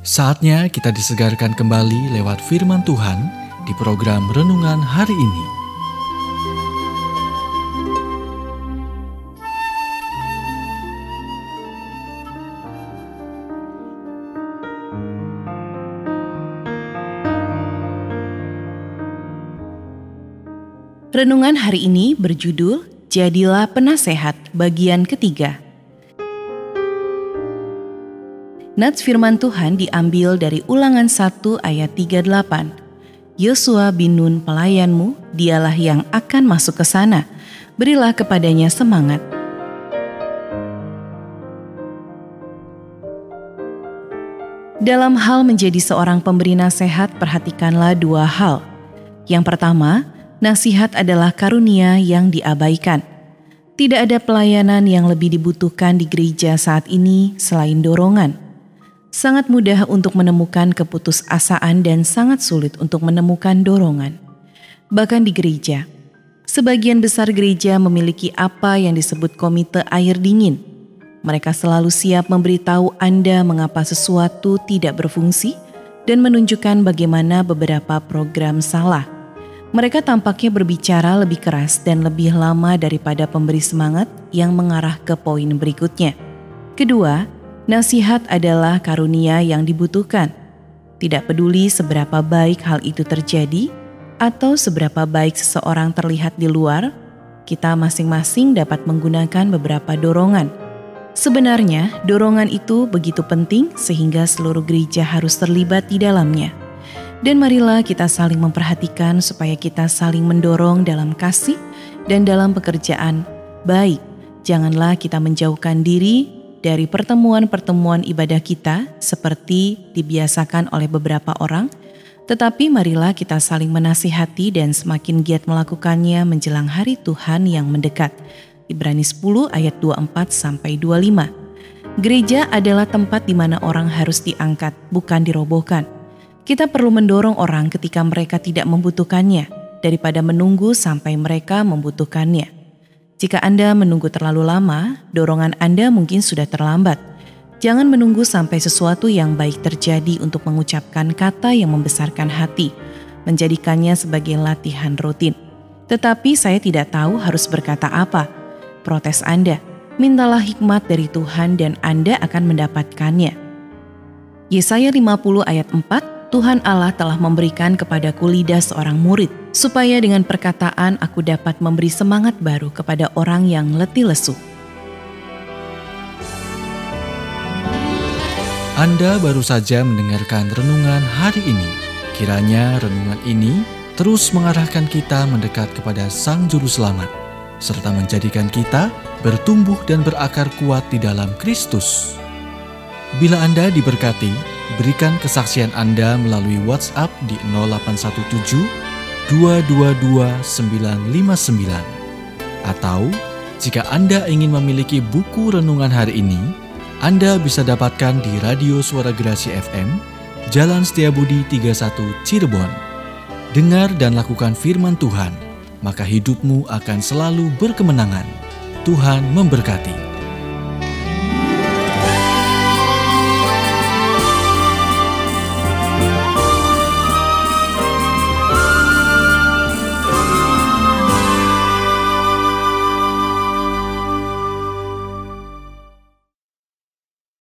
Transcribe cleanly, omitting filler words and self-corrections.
Saatnya kita disegarkan kembali lewat firman Tuhan di program Renungan Hari ini. Renungan hari ini berjudul Jadilah Penasehat bagian ketiga. Nats firman Tuhan diambil dari Ulangan 1 ayat 38. Yosua bin Nun pelayanmu, dialah yang akan masuk ke sana. Berilah kepadanya semangat. Dalam hal menjadi seorang pemberi nasihat, perhatikanlah dua hal. Yang pertama, nasihat adalah karunia yang diabaikan. Tidak ada pelayanan yang lebih dibutuhkan di gereja saat ini selain dorongan. Sangat mudah untuk menemukan keputusasaan dan sangat sulit untuk menemukan dorongan. Bahkan di gereja, sebagian besar gereja memiliki apa yang disebut komite air dingin. Mereka selalu siap memberitahu Anda mengapa sesuatu tidak berfungsi dan menunjukkan bagaimana beberapa program salah. Mereka tampaknya berbicara lebih keras dan lebih lama daripada pemberi semangat yang mengarah ke poin berikutnya. Kedua, nasihat adalah karunia yang dibutuhkan. Tidak peduli seberapa baik hal itu terjadi atau seberapa baik seseorang terlihat di luar, kita masing-masing dapat menggunakan beberapa dorongan. Sebenarnya, dorongan itu begitu penting sehingga seluruh gereja harus terlibat di dalamnya. Dan marilah kita saling memperhatikan supaya kita saling mendorong dalam kasih dan dalam pekerjaan baik. Janganlah kita menjauhkan diri dari pertemuan-pertemuan ibadah kita seperti dibiasakan oleh beberapa orang, tetapi marilah kita saling menasihati dan semakin giat melakukannya menjelang hari Tuhan yang mendekat. Ibrani 10 ayat 24-25. Gereja adalah tempat di mana orang harus diangkat, bukan dirobohkan. Kita perlu mendorong orang ketika mereka tidak membutuhkannya, daripada menunggu sampai mereka membutuhkannya. Jika Anda menunggu terlalu lama, dorongan Anda mungkin sudah terlambat. Jangan menunggu sampai sesuatu yang baik terjadi untuk mengucapkan kata yang membesarkan hati, menjadikannya sebagai latihan rutin. Tetapi saya tidak tahu harus berkata apa. Protes Anda, mintalah hikmat dari Tuhan dan Anda akan mendapatkannya. Yesaya 50 ayat 4, Tuhan Allah telah memberikan kepadaku lidah seorang murid, supaya dengan perkataan aku dapat memberi semangat baru kepada orang yang letih lesu. Anda baru saja mendengarkan renungan hari ini. Kiranya renungan ini terus mengarahkan kita mendekat kepada Sang Juru Selamat, serta menjadikan kita bertumbuh dan berakar kuat di dalam Kristus. Bila Anda diberkati, berikan kesaksian Anda melalui WhatsApp di 0817 222 959. Atau jika Anda ingin memiliki buku renungan hari ini, Anda bisa dapatkan di Radio Suara Gerasi FM, Jalan Setiabudi 31 Cirebon. Dengar dan lakukan firman Tuhan, maka hidupmu akan selalu berkemenangan. Tuhan memberkati.